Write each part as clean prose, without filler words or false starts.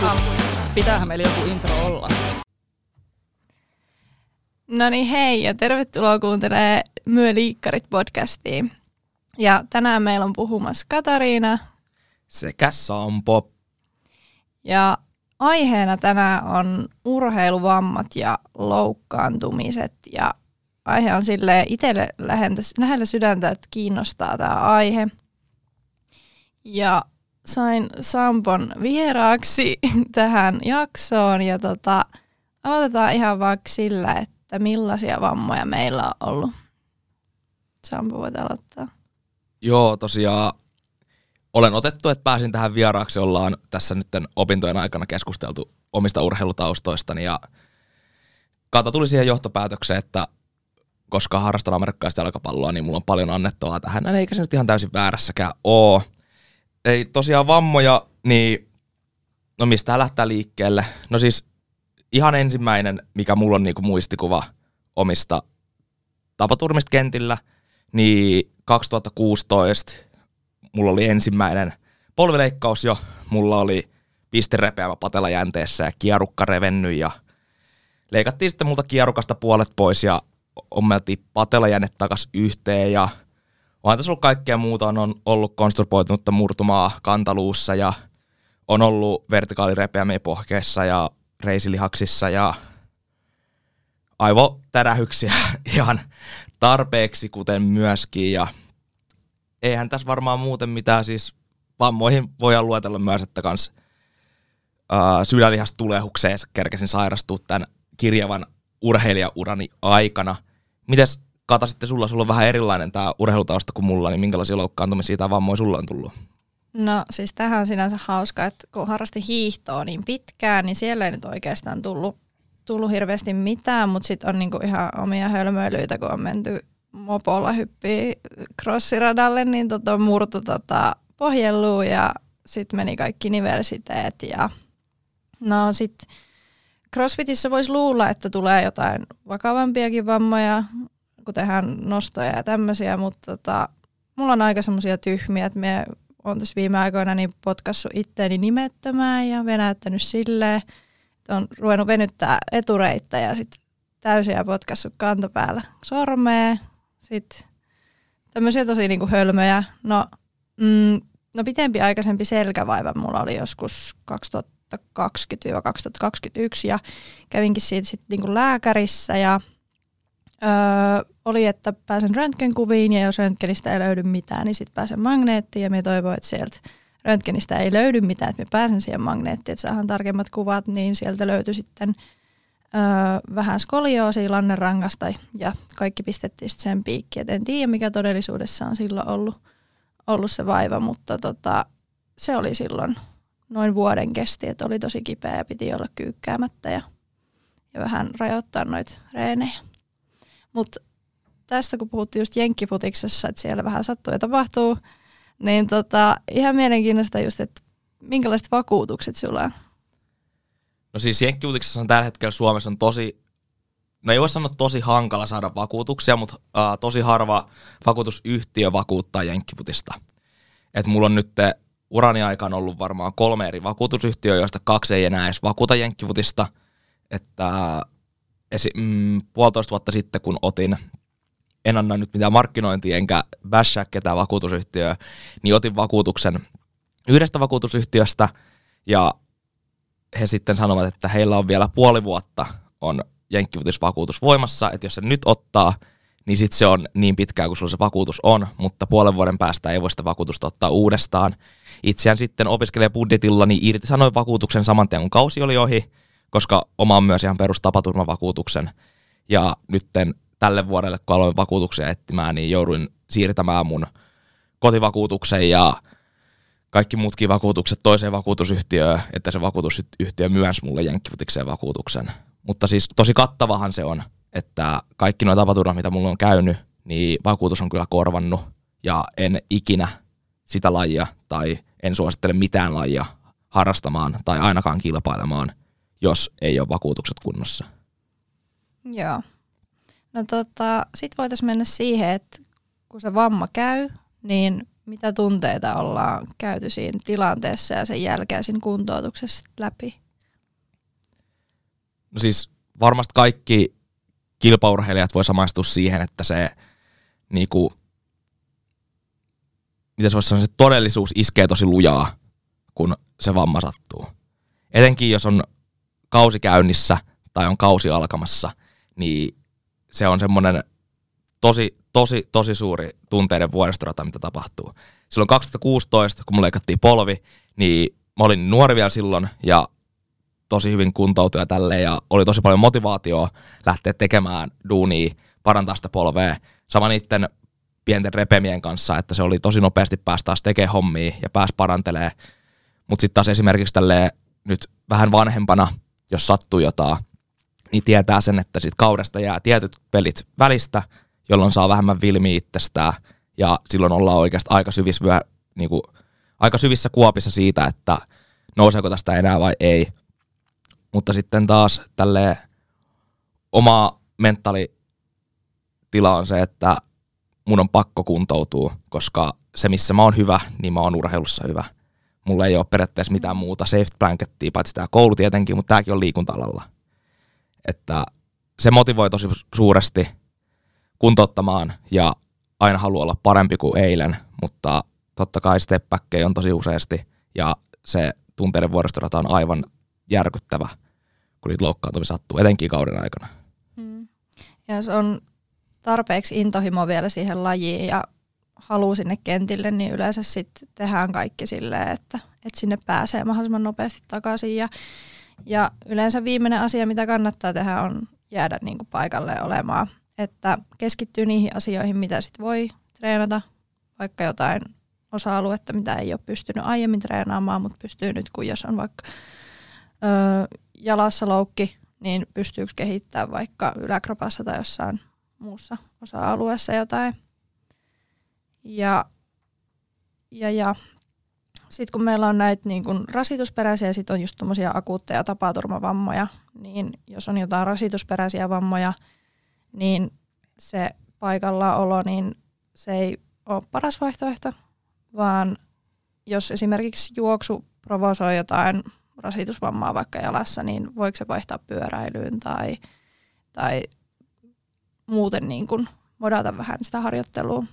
Pitäähän meillä joku intro olla. No niin hei ja tervetuloa kuuntelemaan Myö Liikkarit podcastia. Ja tänään meillä on puhumassa Katariina. Sekä Sampo. Ja aiheena tänään on urheiluvammat ja loukkaantumiset. Ja aihe on silleen itselle lähellä sydäntä, että kiinnostaa tämä aihe. Ja sain Sampon vieraaksi tähän jaksoon ja aloitetaan ihan vaikka sillä, että millaisia vammoja meillä on ollut. Sampo, voit aloittaa. Joo, tosiaan olen otettu, että pääsin tähän vieraaksi. Ollaan tässä nyt opintojen aikana keskusteltu omista urheilutaustoistani ja Kata tuli siihen johtopäätökseen, että koska harrastan amerikkalaista jalkapalloa, niin mulla on paljon annettavaa tähän. Eikä se nyt ihan täysin väärässäkään ole. Ei tosiaan vammoja, niin no mistä lähtee liikkeelle? No siis ihan ensimmäinen, mikä mulla on niinku muistikuva omista tapaturmista kentillä, niin 2016 mulla oli ensimmäinen polvileikkaus jo. Mulla oli piste repeämä patelajänteessä ja kierukka revennyt ja leikattiin sitten multa kierukasta puolet pois ja ommeltiin patelajänne takas yhteen ja onhan tässä ollut kaikkea muuta, on ollut konstruoitunutta murtumaa kantaluussa ja on ollut vertikaalirepeämiä pohkeessa ja reisilihaksissa ja aivotärähyksiä ihan tarpeeksi, kuten myöskin. Ja eihän tässä varmaan muuten mitään, siis vammoihin voidaan luetella myös, että kans sydänlihastulehukseen kerkesin sairastua tämän kirjavan urheilijaurani aikana. Mites Kata sitten sulla on vähän erilainen tämä urheilutausta kuin mulla, niin minkälaisia loukkaantumisia tai vammoja sulla on tullut? No siis tämähän on sinänsä hauska, että kun harrastin hiihtoa niin pitkään, niin siellä ei nyt oikeastaan tullut hirveästi mitään, mutta sitten on niinku ihan omia hölmöilyitä, kun on menty mopolla hyppii crossiradalle, niin murtu pohjelluun ja sitten meni kaikki nivelsiteet. Ja no sitten CrossFitissä voisi luulla, että tulee jotain vakavampiakin vammoja, kun tehdään nostoja ja tämmöisiä, mutta mulla on aika semmoisia tyhmiä, että me on tässä viime aikoina niin potkassut itteeni nimettömään ja venäyttänyt silleen, että on ruvennut venyttää etureittä ja sitten täysiä potkassut kantapäällä sormea. Sitten tämmöisiä tosi niinku hölmöjä. No aikaisempi selkävaiva mulla oli joskus 2020-2021 ja kävinkin siitä sitten niinku lääkärissä ja oli, että pääsen röntgenkuviin ja jos röntgenistä ei löydy mitään, niin sitten pääsen magneettiin ja me toivon, että sieltä röntgenistä ei löydy mitään, että me pääsen siihen magneettiin, että saadaan tarkemmat kuvat, niin sieltä löytyi sitten vähän skolioosia lannerangasta ja kaikki pistettiin sitten sen piikkiin. Et en tiedä, mikä todellisuudessa on silloin ollut se vaiva, mutta se oli silloin noin vuoden kesti, että oli tosi kipeä ja piti olla kyykkäämättä ja vähän rajoittaa noita reenejä. Mutta tästä kun puhuttiin just jenkkifutiksessa, että siellä vähän sattuu ja tapahtuu, niin ihan mielenkiinnosta just, että minkälaiset vakuutukset sulla on? No siis jenkkifutiksessa on tällä hetkellä Suomessa on no ei voi sanoa tosi hankala saada vakuutuksia, mutta tosi harva vakuutusyhtiö vakuuttaa jenkkifutista. Et mulla on nyt urani aikaan ollut varmaan 3 eri vakuutusyhtiöä, joista 2 ei enää edes vakuuta jenkkifutista. Että 1,5 vuotta sitten, kun en anna nyt mitään markkinointia enkä bashaa ketään vakuutusyhtiöä, niin otin vakuutuksen yhdestä vakuutusyhtiöstä ja he sitten sanovat, että heillä on vielä 0,5 vuotta on jenkkifutisvakuutus voimassa, että jos se nyt ottaa, niin sitten se on niin pitkään kuin sulla se vakuutus on, mutta 0,5 vuoden päästä ei voi sitä vakuutusta ottaa uudestaan. Itseään sitten opiskelijabudjetilla niin irtisanoin vakuutuksen saman tien kun kausi oli ohi, koska omaan myös ihan perustapaturmavakuutuksen. Ja nytten tälle vuodelle, kun aloin vakuutuksia etsimään, niin jouduin siirtämään mun kotivakuutuksen ja kaikki muutkin vakuutukset toiseen vakuutusyhtiöön, että se vakuutusyhtiö myönsi mulle jenkkifutikseen vakuutuksen. Mutta siis tosi kattavahan se on, että kaikki nuo tapaturmat, mitä mulla on käynyt, niin vakuutus on kyllä korvannut ja en ikinä sitä lajia tai en suosittele mitään lajia harrastamaan tai ainakaan kilpailemaan, jos ei ole vakuutukset kunnossa. Joo. No sit voitaisiin mennä siihen, että kun se vamma käy, niin mitä tunteita ollaan käyty siinä tilanteessa ja sen jälkeen siinä kuntoutuksessa läpi? No siis varmasti kaikki kilpaurheilijat voi samaistua siihen, että se niinku, mitä se voisi sanoa, se todellisuus iskee tosi lujaa, kun se vamma sattuu. Etenkin jos on kausi käynnissä tai on kausi alkamassa, niin se on semmoinen tosi suuri tunteiden vuoristorata, mitä tapahtuu. Silloin 2016, kun mulle leikattiin polvi, niin mä olin nuori vielä silloin ja tosi hyvin kuntoutuja tälleen ja oli tosi paljon motivaatioa lähteä tekemään duunia, parantaa sitä polvea. Sama niiden pienten repemien kanssa, että se oli tosi nopeasti päästä taas tekemään hommia ja pääsi parantelemaan. Mutta sitten taas esimerkiksi tälleen nyt vähän vanhempana, jos sattuu jotain, niin tietää sen, että sit kaudesta jää tietyt pelit välistä, jolloin saa vähemmän vilmiä itsestään ja silloin ollaan oikeastaan aika syvissä kuopissa siitä, että nouseeko tästä enää vai ei. Mutta sitten taas tälleen oma mentalitila on se, että mun on pakko kuntoutua, koska se missä mä oon hyvä, niin mä oon urheilussa hyvä. Mulla ei ole periaatteessa mitään muuta safety blankettia, paitsi tää koulu tietenkin, mutta tääkin on liikunta-alalla. Että se motivoi tosi suuresti kuntouttamaan ja aina haluaa olla parempi kuin eilen, mutta totta kai step backkejä on tosi useasti ja se tunteiden vuoristorata on aivan järkyttävä, kun niitä loukkaantumisia sattuu, etenkin kauden aikana. Ja jos on tarpeeksi intohimo vielä siihen lajiin ja haluaa sinne kentille, niin yleensä sitten tehdään kaikki silleen, että sinne pääsee mahdollisimman nopeasti takaisin. Ja yleensä viimeinen asia, mitä kannattaa tehdä, on jäädä niin kuin paikalle olemaan. Että keskittyy niihin asioihin, mitä sit voi treenata, vaikka jotain osa-aluetta, mitä ei ole pystynyt aiemmin treenaamaan, mutta pystyy nyt, kun jos on vaikka jalassa loukki, niin pystyykö kehittämään vaikka yläkropassa tai jossain muussa osa-alueessa jotain. Ja sitten kun meillä on näitä niin kun rasitusperäisiä, sitten on just tommosia akuutteja tapaturmavammoja, niin jos on jotain rasitusperäisiä vammoja, niin se paikallaolo, niin se ei ole paras vaihtoehto, vaan jos esimerkiksi juoksu provosoi jotain rasitusvammaa vaikka jalassa, niin voiko se vaihtaa pyöräilyyn tai muuten niin kuin modata vähän sitä harjoittelua.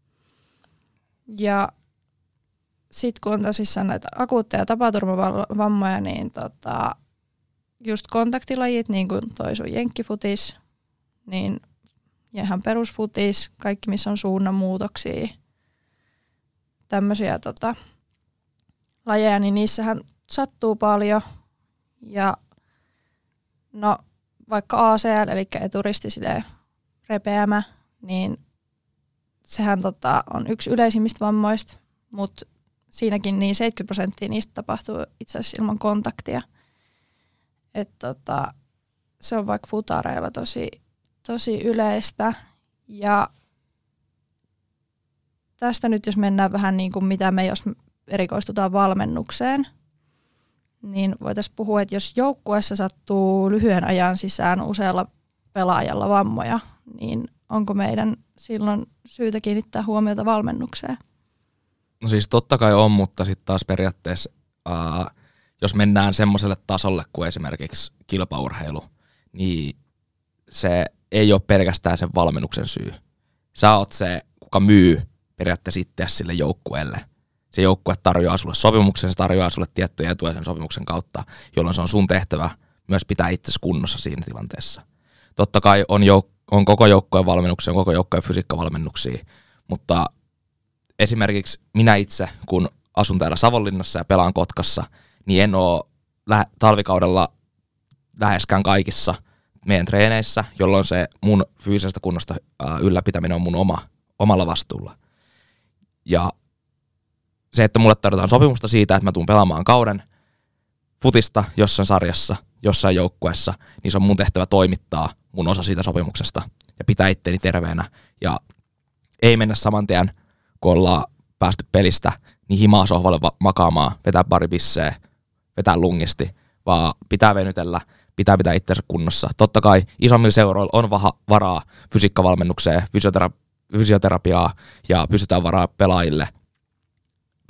Ja sitten kun on tosissaan näitä akuutteja tapaturmavammoja, niin just kontaktilajit, niin kuin toi sun jenkkifutis, niin ja ihan perusfutis, kaikki missä on suunnanmuutoksia, tämmöisiä lajeja, niin niissähän sattuu paljon. Ja no vaikka ACL, eli eturistiside repeämä, niin sehän on yksi yleisimmistä vammoista, mutta siinäkin niin 70% niistä tapahtuu itse asiassa ilman kontaktia. Se on vaikka futareilla tosi yleistä. Ja tästä nyt jos mennään vähän niin kuin mitä me, jos erikoistutaan valmennukseen, niin voitaisiin puhua, että jos joukkueessa sattuu lyhyen ajan sisään usealla pelaajalla vammoja, niin onko meidän silloin syytä kiinnittää huomiota valmennukseen? No siis totta kai on, mutta sitten taas periaatteessa, jos mennään semmoiselle tasolle kuin esimerkiksi kilpaurheilu, niin se ei ole pelkästään sen valmennuksen syy. Sä oot se, kuka myy periaatteessa itseäsi sille joukkueelle. Se joukkue tarjoaa sulle sopimuksen, se tarjoaa sulle tiettyjä etuja sen sopimuksen kautta, jolloin se on sun tehtävä myös pitää itsesi kunnossa siinä tilanteessa. Totta kai on koko joukkueen valmennuksia, koko joukkueen fysiikkavalmennuksia, mutta esimerkiksi minä itse, kun asun täällä Savonlinnassa ja pelaan Kotkassa, niin en ole talvikaudella läheskään kaikissa meidän treeneissä, jolloin se mun fyysisestä kunnosta ylläpitäminen on mun omalla vastuulla. Ja se, että mulle tarjotaan sopimusta siitä, että mä tuun pelaamaan kauden futista jossain sarjassa, jossain joukkueessa, niin se on mun tehtävä toimittaa mun osa siitä sopimuksesta ja pitää itteni terveenä. Ja ei mennä saman tien, kun ollaan päästy pelistä, niin himaa sohvalle makaamaan, vetää pari bisseä, vetää lungisti, vaan pitää venytellä, pitää itsensä kunnossa. Totta kai isommilla seuroilla on varaa fysiikkavalmennukseen, fysioterapiaa ja pystytään varaa pelaajille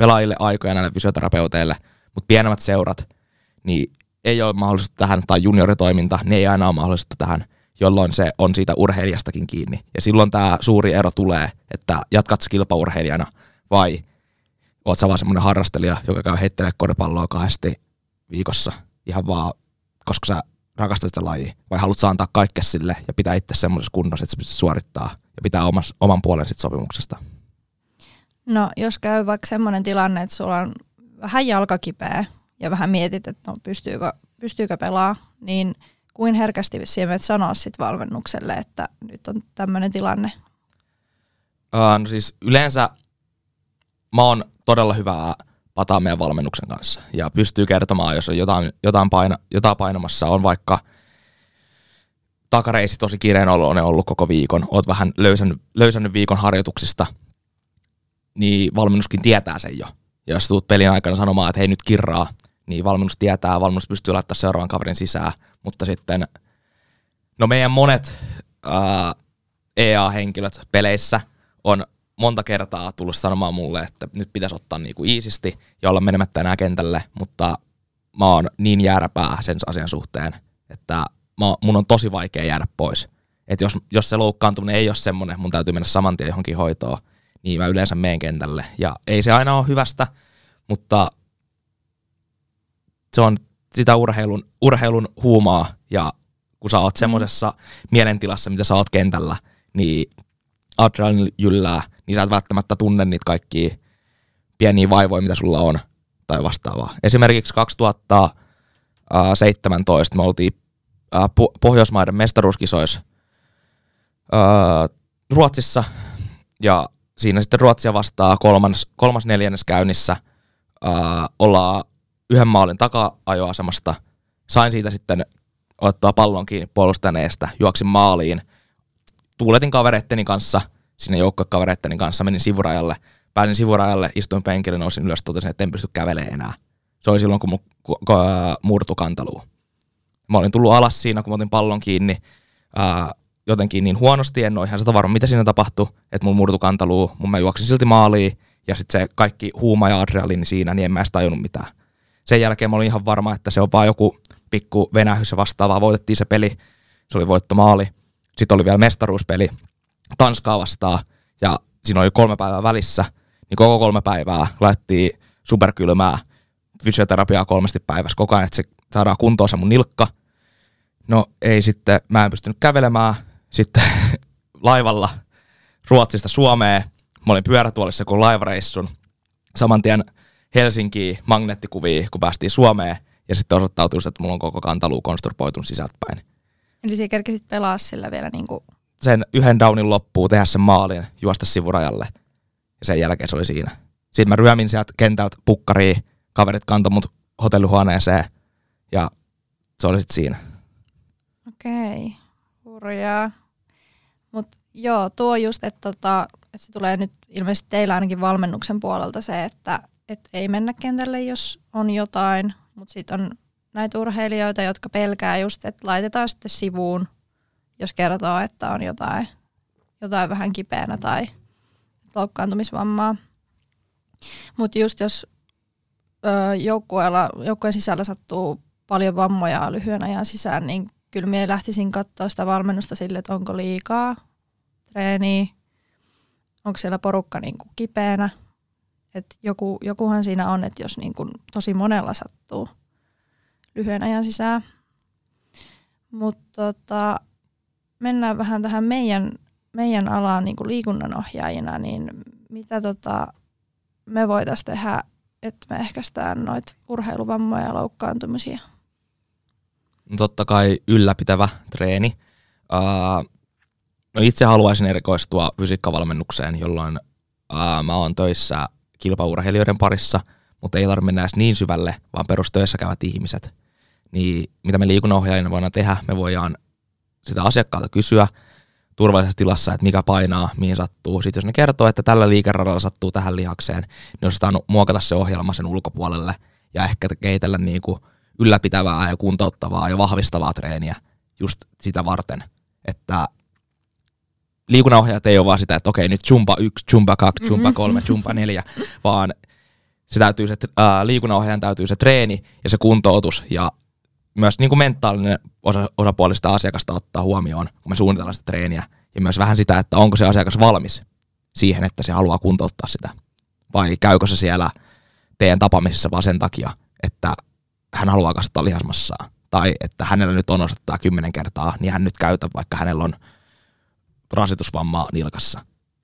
pelaajille aikoja näille fysioterapeuteille, mutta pienemmät seurat, niin ei ole mahdollista tähän, tai junioritoiminta, ne ei aina ole mahdollista tähän, jolloin se on siitä urheilijastakin kiinni. Ja silloin tämä suuri ero tulee, että jatkat kilpaurheilijana vai oot sä vaan semmoinen harrastelija, joka käy heittelemään koripalloa 2 viikossa ihan vaan, koska sä rakastat sitä lajia, vai haluat sä antaa kaikkea sille ja pitää itse semmoisessa kunnossa, että sä pystyt suorittaa ja pitää oman puolen sit sopimuksesta. No jos käy vaikka semmoinen tilanne, että sulla on vähän jalka kipeä ja vähän mietit, että no, pystyykö pelaa, niin kuin herkästi menet sanoa sit valmennukselle, että nyt on tämmöinen tilanne? No siis yleensä mä oon todella hyvää pataa meidän valmennuksen kanssa ja pystyy kertomaan, jos on jotain painamassa, on vaikka takareisi tosi kiireen oloinen ollut koko viikon, oot vähän löysännyt viikon harjoituksista, niin valmennuskin tietää sen jo. Ja jos tulet pelin aikana sanomaan, että hei nyt kirraa, niin valmennus tietää, valmennus pystyy laittamaan seuraavan kaverin sisään, mutta sitten no meidän monet EA-henkilöt peleissä on monta kertaa tullut sanomaan mulle, että nyt pitäisi ottaa niinku iisisti ja olla menemättä enää kentälle, mutta mä oon niin jääräpää sen asian suhteen, että mun on tosi vaikea jäädä pois. Että jos se loukkaantuminen ei ole semmoinen, mun täytyy mennä saman tien johonkin hoitoon, niin mä yleensä menen kentälle. Ja ei se aina ole hyvästä, mutta se on sitä urheilun huumaa, ja kun sä oot semmoisessa mielentilassa, mitä sä oot kentällä, niin adrenaliini jyllää, niin sä et välttämättä tunne niitä kaikkia pieniä vaivoja, mitä sulla on, tai vastaavaa. Esimerkiksi 2017 me oltiin Pohjoismaiden mestaruuskisoissa Ruotsissa, ja siinä sitten Ruotsia vastaa kolmas neljänneskäynnissä ollaan 1 maalin taka-ajoasemasta. Sain siitä sitten ottaa pallon kiinni puolustajan eestä, juoksin maaliin, tuuletin kavereitteni kanssa, sinne joukkuekavereitteni kanssa, menin sivurajalle, pääsin sivurajalle, istuin penkille, nousin ylös, totesin, että en pysty kävelemään enää. Se oli silloin, kun mun murtui kantaluu. Mä olin tullut alas siinä, kun mä otin pallon kiinni, jotenkin niin huonosti, en ole ihan sitä varma, mitä siinä tapahtui, että mun murtui kantaluu, mutta mä juoksin silti maaliin, ja sitten se kaikki huuma ja adrenaliini siinä, niin en mä edes tajunnut mitään. Sen jälkeen mä olin ihan varma, että se on vaan joku pikku venähys ja vastaavaa, voitettiin se peli, se oli voittomaali. Sitten oli vielä mestaruuspeli Tanskaa vastaan, ja siinä oli 3 päivää välissä, niin koko 3 päivää laitettiin superkylmää fysioterapiaa 3 päivässä koko ajan, että se saadaan kuntoon se mun nilkka. No ei sitten, mä en pystynyt kävelemään, sitten laivalla Ruotsista Suomeen, mä olin pyörätuolissa kun laivareissun, saman tien Helsinkiin magneettikuviin, kun päästiin Suomeen, ja sitten osoittautui, että mulla on koko kantaluu konsturpoitunut sisältäpäin. Eli sä kerkesit pelaa sillä vielä niinku sen 1 downin loppuun, tehdä sen maalin, juosta sivurajalle, ja sen jälkeen se oli siinä. Sitten mä ryömin sieltä kentältä pukkariin, kaverit kantoi mut hotellihuoneeseen, ja se oli sitten siinä. Okei, hurjaa. Mut joo, tuo just, että se tulee nyt ilmeisesti teillä ainakin valmennuksen puolelta se, että ei mennä kentälle, jos on jotain, mutta sitten on näitä urheilijoita, jotka pelkää just, että laitetaan sitten sivuun, jos kertoo, että on jotain vähän kipeänä tai loukkaantumisvammaa. Mutta just jos joukkueen sisällä sattuu paljon vammoja lyhyen ajan sisään, niin kyllä minä lähtisin katsoa sitä valmennusta sille, että onko liikaa treeniä, onko siellä porukka niinku kipeänä. Et jokuhan siinä on, että jos niinku tosi monella sattuu lyhyen ajan sisään. Mutta mennään vähän tähän meidän alaan niinku liikunnanohjaajina, niin mitä me voitaisiin tehdä, että me ehkäistään noita urheiluvammoja ja loukkaantumisia? No totta kai ylläpitävä treeni. No itse haluaisin erikoistua fysiikkavalmennukseen, jolloin mä oon töissä kilpaurheilijoiden parissa, mutta ei tarvitse mennä edes niin syvälle, vaan perustöissä käyvät ihmiset. Niin mitä me liikunnanohjaajina voidaan tehdä, me voidaan sitä asiakkaalta kysyä turvallisessa tilassa, että mikä painaa, mihin sattuu. Sitten jos ne kertoo, että tällä liikeradalla sattuu tähän lihakseen, niin osataan muokata se ohjelma sen ulkopuolelle ja ehkä kehitellä niinku ylläpitävää ja kuntouttavaa ja vahvistavaa treeniä just sitä varten, että liikunnanohjaajat ei ole vaan sitä, että okei, nyt jumpa 1, jumpa 2, jumpa 3, jumpa 4, vaan liikunnanohjaajan täytyy se treeni ja se kuntoutus ja myös niin kuin mentaalinen osapuoli sitä asiakasta ottaa huomioon, kun me suunnitellaan sitä treeniä. Ja myös vähän sitä, että onko se asiakas valmis siihen, että se haluaa kuntouttaa sitä. Vai käykö se siellä teidän tapaamisessa vaan sen takia, että hän haluaa kasvattaa lihasmassaa. Tai että hänellä nyt on osoittaa 10 kertaa, niin hän nyt käytä, vaikka hänellä on rasitusvamma nilkassa.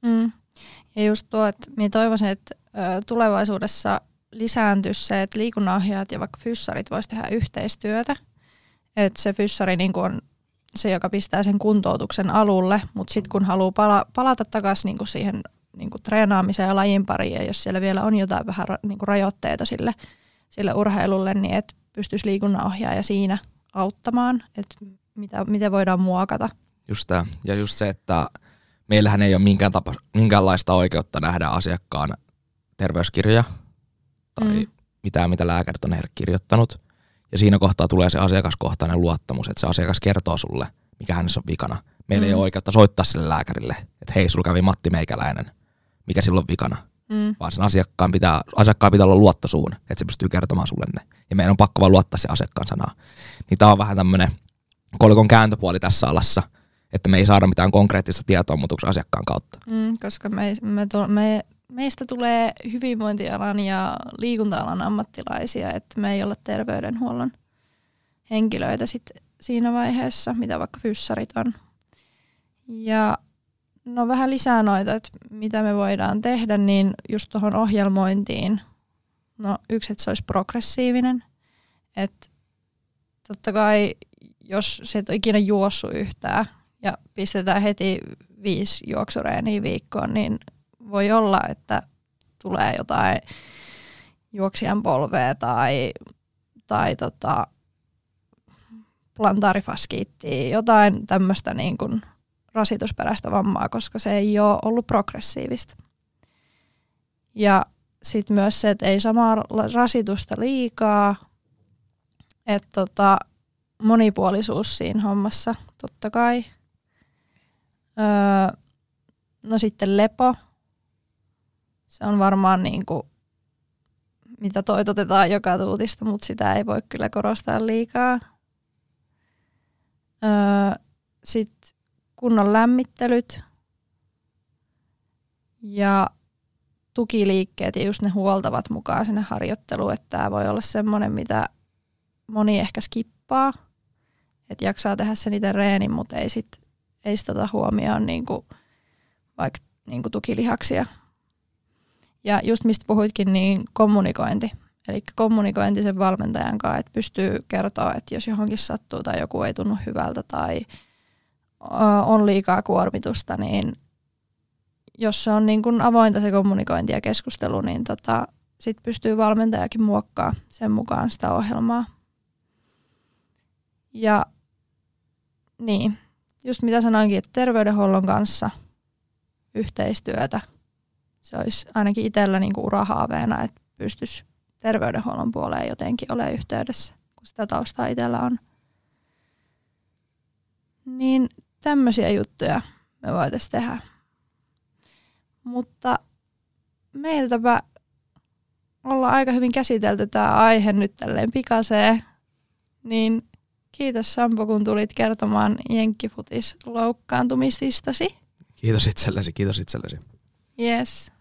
Ja just tuo, että minä toivoisin, että tulevaisuudessa lisääntyisi se, että liikunnanohjaajat ja vaikka fyssarit voisi tehdä yhteistyötä. Että se fyssari niin kuin on se, joka pistää sen kuntoutuksen alulle, mutta sitten kun haluaa palata takaisin niin kuin siihen niin kuin treenaamiseen ja lajin pariin, ja jos siellä vielä on jotain vähän niin kuin rajoitteita sille urheilulle, niin että pystyisi liikunnanohjaaja siinä auttamaan, että miten voidaan muokata. Just tämä. Ja just se, että meillähän ei ole minkäänlaista oikeutta nähdä asiakkaan terveyskirjoja tai mitään, mitä lääkärit on heille kirjoittanut. Ja siinä kohtaa tulee se asiakaskohtainen luottamus, että se asiakas kertoo sulle, mikä hänessä on vikana. Meillä ei ole oikeutta soittaa sille lääkärille, että hei, sulla kävi Matti Meikäläinen, mikä silloin on vikana. Vaan sen asiakkaan pitää olla luottosuun, että se pystyy kertomaan sulle ne. Ja meidän on pakko vaan luottaa se asiakkaan sanaa. Niin tää on vähän tämmönen kolikon kääntöpuoli tässä alassa, että me ei saada mitään konkreettista tietoa muutuksen asiakkaan kautta. Koska meistä tulee hyvinvointialan ja liikunta-alan ammattilaisia, että me ei olla terveydenhuollon henkilöitä siinä vaiheessa, mitä vaikka fyssarit on. Ja no vähän lisää noita, että mitä me voidaan tehdä, niin just tuohon ohjelmointiin. No yksi, että se olisi progressiivinen. Että totta kai, jos se et ole ikinä juossut yhtään ja pistetään heti 5 juoksureeniä viikkoon, niin voi olla, että tulee jotain juoksijan polvea tai plantaarifaskiittia, jotain tämmöistä niin kuin rasitusperäistä vammaa, koska se ei ole ollut progressiivista. Ja sitten myös se, että ei samaa rasitusta liikaa, että monipuolisuus siinä hommassa totta kai. No sitten lepo. Se on varmaan niin kuin, mitä toitotetaan joka tuutista, mutta sitä ei voi kyllä korostaa liikaa. Sitten kunnon lämmittelyt ja tukiliikkeet ja just ne huoltavat mukaan sinne harjoitteluun, että tämä voi olla semmoinen, mitä moni ehkä skippaa, että jaksaa tehdä sen itse reenin, mutta ei sit ota huomioon niinku, vaikka niinku tukilihaksia. Ja just mistä puhuitkin, niin kommunikointi. Eli kommunikointi sen valmentajan kanssa, että pystyy kertoa, että jos johonkin sattuu tai joku ei tunnu hyvältä tai on liikaa kuormitusta, niin jos se on niin kuin avointa se kommunikointi ja keskustelu, niin sit pystyy valmentajakin muokkaamaan sen mukaan sitä ohjelmaa. Ja niin, just mitä sanoinkin, että terveydenhuollon kanssa yhteistyötä. Se olisi ainakin itsellä niin kuin urahaaveena, että pystyisi terveydenhuollon puoleen jotenkin olemaan yhteydessä, kun sitä taustaa itsellä on. Niin tämmöisiä juttuja me voitaisiin tehdä. Mutta meiltäpä ollaan aika hyvin käsitelty tämä aihe nyt tälleen pikaseen. Niin kiitos Sampo, kun tulit kertomaan jenkkifutis loukkaantumisistasi. Kiitos itsellesi. Yes.